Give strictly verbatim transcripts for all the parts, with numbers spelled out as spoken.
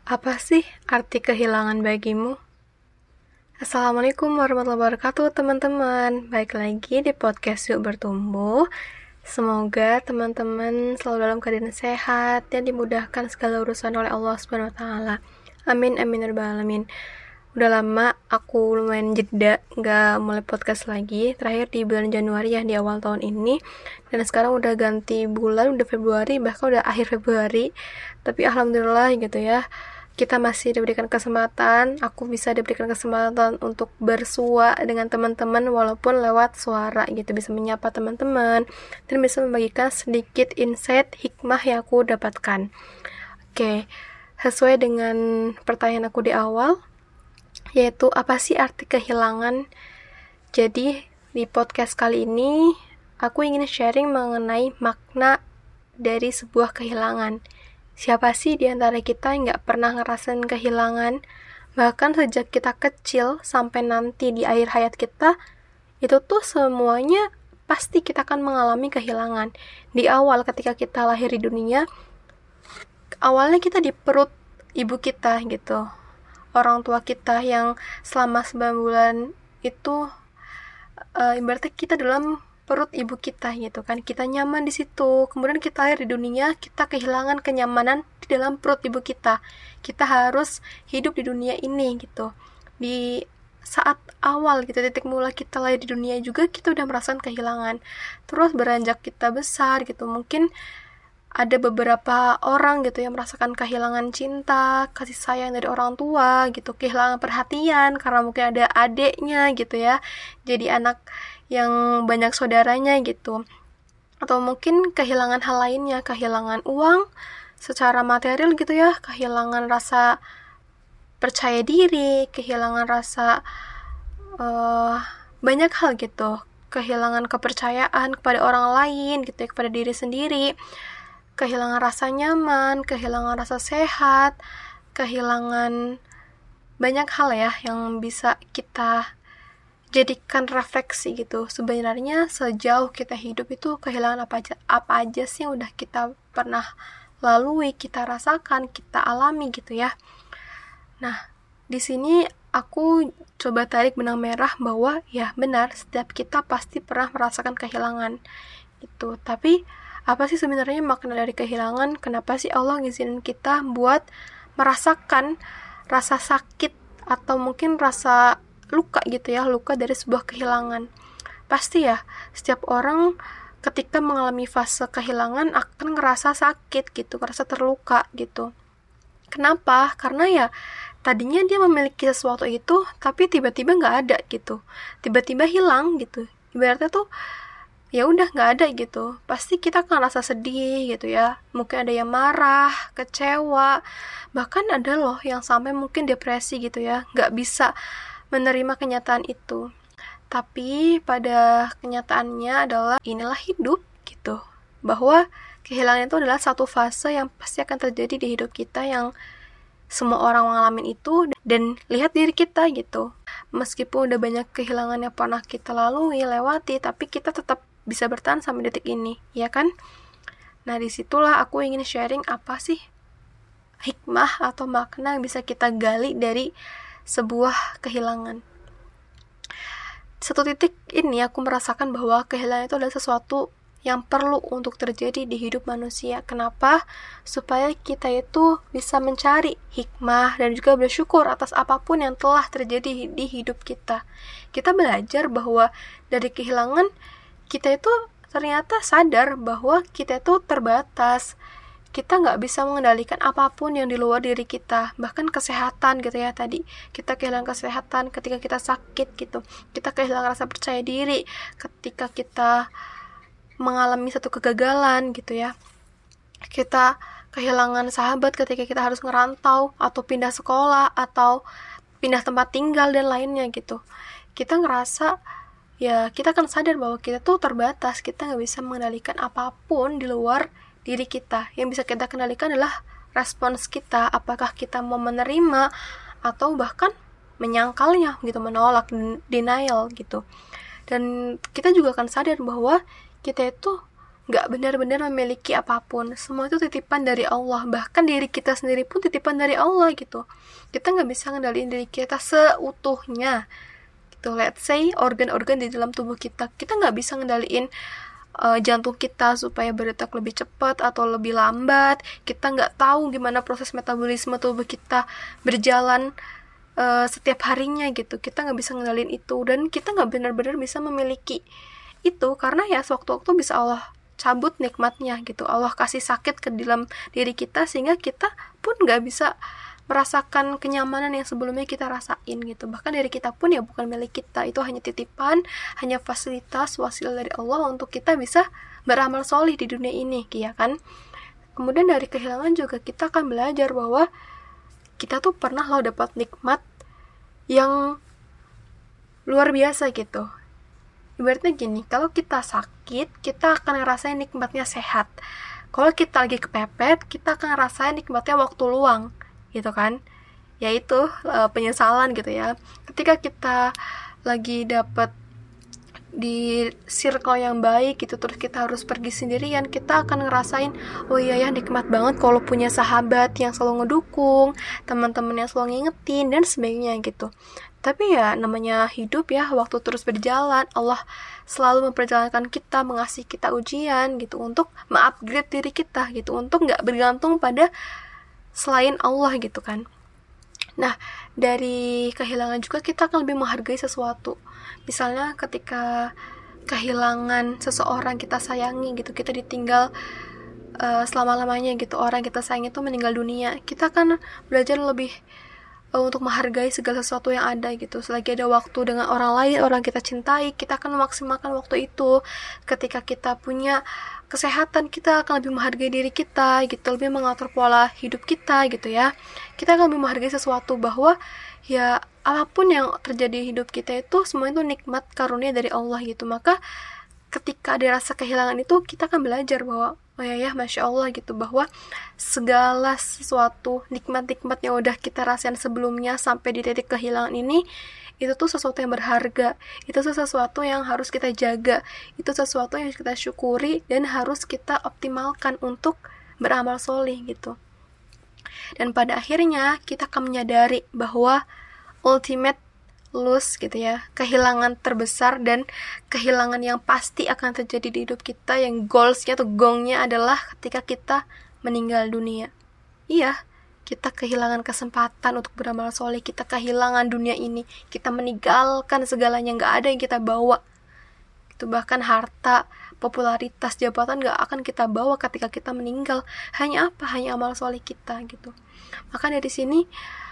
Apa sih arti kehilangan bagimu? Assalamualaikum warahmatullahi wabarakatuh teman-teman. Baik lagi di podcast Yuk Bertumbuh. Semoga teman-teman selalu dalam keadaan sehat dan dimudahkan segala urusan oleh Allah subhanahu wa taala. Amin amin ya rabbal alamin. Udah lama aku lumayan jeda gak mulai podcast lagi. Terakhir di bulan Januari ya, di awal tahun ini. Dan sekarang udah ganti bulan, udah Februari, bahkan udah akhir Februari. Tapi alhamdulillah gitu ya, kita masih diberikan kesempatan, aku bisa diberikan kesempatan untuk bersua dengan teman-teman walaupun lewat suara gitu, bisa menyapa teman-teman dan bisa membagikan sedikit insight hikmah yang aku dapatkan. Oke, sesuai dengan pertanyaan aku di awal, yaitu apa sih arti kehilangan? Jadi di podcast kali ini aku ingin sharing mengenai makna dari sebuah kehilangan. Siapa sih di antara kita yang gak pernah ngerasain kehilangan? Bahkan sejak kita kecil sampai nanti di akhir hayat kita, itu tuh semuanya pasti kita akan mengalami kehilangan. Di awal ketika kita lahir di dunia, awalnya kita di perut ibu kita gitu. Orang tua kita yang selama sembilan bulan itu uh, ibaratnya kita dalam perut ibu kita gitu kan, kita nyaman di situ. Kemudian kita lahir di dunia, kita kehilangan kenyamanan di dalam perut ibu kita. Kita harus hidup di dunia ini gitu. Di saat awal gitu, titik mula kita lahir di dunia juga kita udah merasakan kehilangan. Terus beranjak kita besar gitu, mungkin ada beberapa orang gitu yang merasakan kehilangan cinta, kasih sayang dari orang tua gitu, kehilangan perhatian karena mungkin ada adeknya gitu ya, jadi anak yang banyak saudaranya gitu, atau mungkin kehilangan hal lainnya, kehilangan uang secara material gitu ya, kehilangan rasa percaya diri, kehilangan rasa uh, banyak hal gitu, kehilangan kepercayaan kepada orang lain gitu ya, kepada diri sendiri, kehilangan rasa nyaman, kehilangan rasa sehat, kehilangan banyak hal ya yang bisa kita jadikan refleksi gitu. Sebenarnya sejauh kita hidup itu kehilangan apa aja, apa aja sih yang udah kita pernah lalui, kita rasakan, kita alami gitu ya. Nah, di sini aku coba tarik benang merah bahwa ya benar, setiap kita pasti pernah merasakan kehilangan itu. Tapi apa sih sebenarnya makna dari kehilangan? Kenapa sih Allah ngizinin kita buat merasakan rasa sakit atau mungkin rasa luka gitu ya, luka dari sebuah kehilangan? Pasti ya, setiap orang ketika mengalami fase kehilangan akan ngerasa sakit gitu, ngerasa terluka gitu. Kenapa? Karena ya tadinya dia memiliki sesuatu itu, tapi tiba-tiba nggak ada gitu, tiba-tiba hilang gitu. Ibaratnya tuh ya udah nggak ada gitu, pasti kita akan rasa sedih gitu ya, mungkin ada yang marah, kecewa, bahkan ada loh yang sampai mungkin depresi gitu ya, nggak bisa menerima kenyataan itu. Tapi pada kenyataannya adalah inilah hidup gitu, bahwa kehilangan itu adalah satu fase yang pasti akan terjadi di hidup kita, yang semua orang mengalami itu. Dan lihat diri kita gitu, meskipun udah banyak kehilangan yang pernah kita lalui, lewati, tapi kita tetap bisa bertahan sampai detik ini, ya kan? Nah, disitulah aku ingin sharing apa sih hikmah atau makna yang bisa kita gali dari sebuah kehilangan. Satu titik ini aku merasakan bahwa kehilangan itu adalah sesuatu yang perlu untuk terjadi di hidup manusia. Kenapa? Supaya kita itu bisa mencari hikmah dan juga bersyukur atas apapun yang telah terjadi di hidup kita. Kita belajar bahwa dari kehilangan kita itu ternyata sadar bahwa kita itu terbatas. Kita nggak bisa mengendalikan apapun yang di luar diri kita, bahkan kesehatan gitu ya, tadi kita kehilangan kesehatan ketika kita sakit gitu, kita kehilangan rasa percaya diri ketika kita mengalami satu kegagalan gitu ya, kita kehilangan sahabat ketika kita harus ngerantau atau pindah sekolah atau pindah tempat tinggal dan lainnya gitu. Kita ngerasa ya kita akan sadar bahwa kita tuh terbatas, kita nggak bisa mengendalikan apapun di luar diri kita. Yang bisa kita kendalikan adalah respons kita, apakah kita mau menerima atau bahkan menyangkalnya gitu, menolak, denial gitu. Dan kita juga akan sadar bahwa kita itu nggak benar-benar memiliki apapun. Semua itu titipan dari Allah. Bahkan diri kita sendiri pun titipan dari Allah gitu. Kita nggak bisa ngendaliin diri kita seutuhnya gitu. Let's say organ-organ di dalam tubuh kita, kita nggak bisa ngendaliin uh, jantung kita supaya berdetak lebih cepat atau lebih lambat. Kita nggak tahu gimana proses metabolisme tubuh kita berjalan uh, setiap harinya gitu. Kita nggak bisa ngendaliin itu, dan kita nggak benar-benar bisa memiliki itu, karena ya sewaktu-waktu bisa Allah cabut nikmatnya gitu. Allah kasih sakit ke dalam diri kita sehingga kita pun nggak bisa merasakan kenyamanan yang sebelumnya kita rasain gitu. Bahkan dari kita pun ya bukan milik kita, itu hanya titipan, hanya fasilitas wasilah dari Allah untuk kita bisa beramal solih di dunia ini, ya kan. Kemudian dari kehilangan juga kita akan belajar bahwa kita tuh pernah loh dapat nikmat yang luar biasa gitu. Ibaratnya gini, kalau kita sakit, kita akan ngerasain nikmatnya sehat. Kalau kita lagi kepepet, kita akan ngerasain nikmatnya waktu luang, gitu kan. Yaitu uh, penyesalan gitu ya. Ketika kita lagi dapet di circle yang baik gitu, terus kita harus pergi sendirian, kita akan ngerasain, oh iya ya nikmat banget kalau punya sahabat yang selalu ngedukung, teman-teman yang selalu ngingetin dan sebagainya gitu. Tapi ya namanya hidup ya, waktu terus berjalan, Allah selalu memperjalankan kita, mengasih kita ujian gitu untuk mengupgrade diri kita gitu, untuk nggak bergantung pada selain Allah gitu kan. Nah, dari kehilangan juga kita akan lebih menghargai sesuatu. Misalnya ketika kehilangan seseorang kita sayangi gitu, kita ditinggal uh, selama-lamanya gitu, orang kita sayangi itu meninggal dunia, kita akan belajar lebih uh, untuk menghargai segala sesuatu yang ada gitu. Selagi ada waktu dengan orang lain, orang kita cintai, kita akan memaksimalkan waktu itu. Ketika kita punya kesehatan, kita akan lebih menghargai diri kita gitu, lebih mengatur pola hidup kita gitu ya. Kita akan lebih menghargai sesuatu, bahwa ya apapun yang terjadi di hidup kita itu semua itu nikmat karunia dari Allah gitu. Maka ketika ada rasa kehilangan itu, kita akan belajar bahwa oh ya ya Masya Allah gitu, bahwa segala sesuatu nikmat-nikmat yang udah kita rasain sebelumnya sampai di titik kehilangan ini, itu tuh sesuatu yang berharga, itu tuh sesuatu yang harus kita jaga, itu sesuatu yang harus kita syukuri dan harus kita optimalkan untuk beramal soleh gitu. Dan pada akhirnya kita akan menyadari bahwa ultimate loss gitu ya, kehilangan terbesar dan kehilangan yang pasti akan terjadi di hidup kita, yang goalsnya atau gongnya adalah ketika kita meninggal dunia. Iya, kita kehilangan kesempatan untuk beramal soleh, kita kehilangan dunia ini, kita meninggalkan segalanya, gak ada yang kita bawa itu, bahkan harta, popularitas, jabatan gak akan kita bawa ketika kita meninggal. Hanya apa? Hanya amal soleh kita gitu. Maka dari sini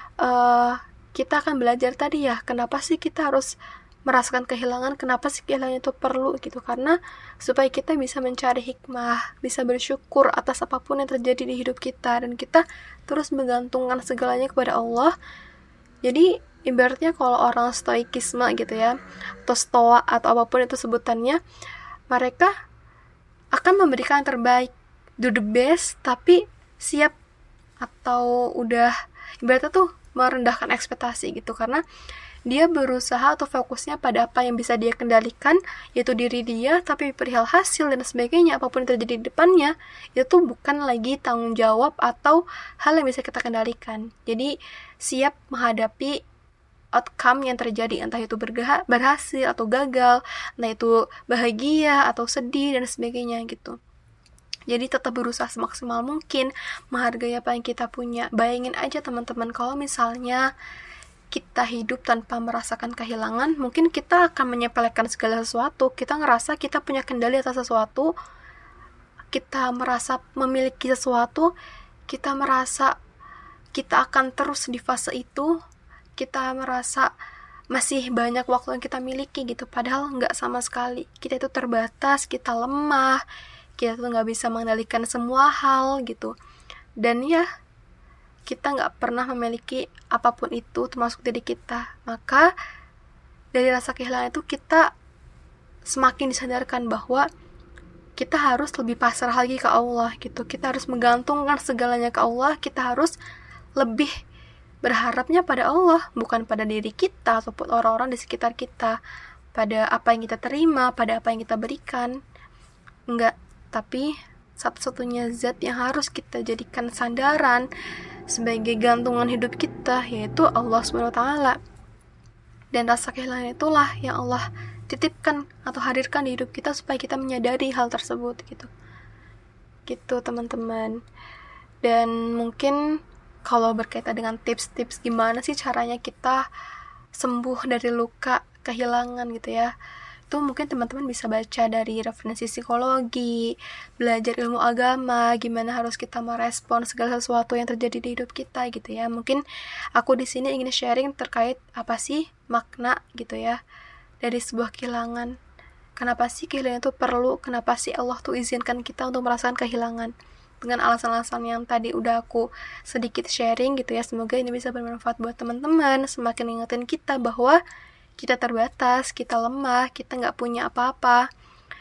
uh, kita akan belajar tadi ya, kenapa sih kita harus merasakan kehilangan, kenapa sih kehilangan itu perlu gitu, karena supaya kita bisa mencari hikmah, bisa bersyukur atas apapun yang terjadi di hidup kita, dan kita terus menggantungkan segalanya kepada Allah. Jadi ibaratnya kalau orang stoikisme gitu ya, atau stoa atau apapun itu sebutannya, mereka akan memberikan yang terbaik, do the best, tapi siap atau udah ibaratnya tuh merendahkan ekspektasi gitu, karena dia berusaha atau fokusnya pada apa yang bisa dia kendalikan, yaitu diri dia, tapi perihal hasil dan sebagainya, apapun yang terjadi di depannya, itu bukan lagi tanggung jawab atau hal yang bisa kita kendalikan. Jadi siap menghadapi outcome yang terjadi, entah itu berga- berhasil atau gagal, entah itu bahagia atau sedih dan sebagainya gitu. Jadi tetap berusaha semaksimal mungkin menghargai apa yang kita punya. Bayangin aja teman-teman, kalau misalnya kita hidup tanpa merasakan kehilangan, mungkin kita akan menyepelekan segala sesuatu. Kita ngerasa kita punya kendali atas sesuatu, kita merasa memiliki sesuatu, kita merasa kita akan terus di fase itu, kita merasa masih banyak waktu yang kita miliki gitu. Padahal nggak sama sekali. Kita itu terbatas, kita lemah, kita tuh nggak bisa mengendalikan semua hal gitu. Dan ya, kita nggak pernah memiliki apapun itu, termasuk diri kita. Maka dari rasa kehilangan itu kita semakin disadarkan bahwa kita harus lebih pasrah lagi ke Allah gitu. Kita harus menggantungkan segalanya ke Allah. Kita harus lebih berharapnya pada Allah, bukan pada diri kita ataupun orang-orang di sekitar kita, pada apa yang kita terima, pada apa yang kita berikan. Enggak, Tapi satu-satunya zat yang harus kita jadikan sandaran sebagai gantungan hidup kita yaitu Allah subhanahu wa taala. Dan rasa kehilangan itulah yang Allah titipkan atau hadirkan di hidup kita supaya kita menyadari hal tersebut gitu. Gitu teman-teman. Dan mungkin kalau berkaitan dengan tips-tips gimana sih caranya kita sembuh dari luka kehilangan gitu ya, itu mungkin teman-teman bisa baca dari referensi psikologi, belajar ilmu agama, gimana harus kita merespon segala sesuatu yang terjadi di hidup kita gitu ya. Mungkin aku di sini ingin sharing terkait apa sih makna gitu ya dari sebuah kehilangan. Kenapa sih kehilangan itu perlu? Kenapa sih Allah tuh izinkan kita untuk merasakan kehilangan? Dengan alasan-alasan yang tadi udah aku sedikit sharing gitu ya. Semoga ini bisa bermanfaat buat teman-teman, semakin ingetin kita bahwa kita terbatas, kita lemah, kita nggak punya apa-apa.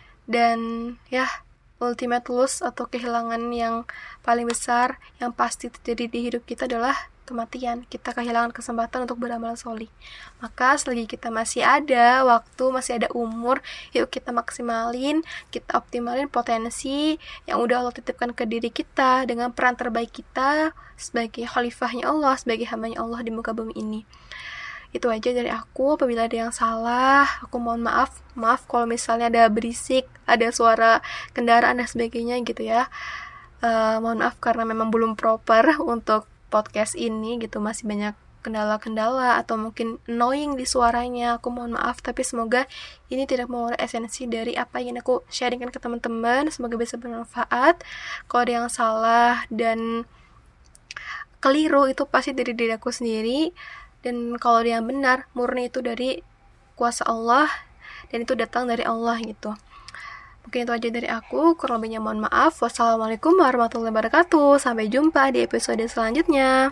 Dan ya, ultimate loss atau kehilangan yang paling besar yang pasti terjadi di hidup kita adalah kematian. Kita kehilangan kesempatan untuk beramal solih. Maka selagi kita masih ada waktu, masih ada umur, yuk kita maksimalin, kita optimalin potensi yang udah Allah titipkan ke diri kita dengan peran terbaik kita sebagai khalifahnya Allah, sebagai hambanya Allah di muka bumi ini. Itu aja dari aku. Apabila ada yang salah, aku mohon maaf. Maaf kalau misalnya ada berisik, ada suara kendaraan dan sebagainya gitu ya. Uh, mohon maaf karena memang belum proper untuk podcast ini gitu. Masih banyak kendala-kendala atau mungkin annoying di suaranya. Aku mohon maaf, tapi semoga ini tidak mengurangi esensi dari apa yang aku sharingkan ke teman-teman. Semoga bisa bermanfaat. Kalau ada yang salah dan keliru, itu pasti dari diri aku sendiri. Dan kalau dia benar, murni itu dari kuasa Allah dan itu datang dari Allah gitu. Mungkin itu aja dari aku, kurang lebihnya mohon maaf. Wassalamualaikum warahmatullahi wabarakatuh. Sampai jumpa di episode selanjutnya.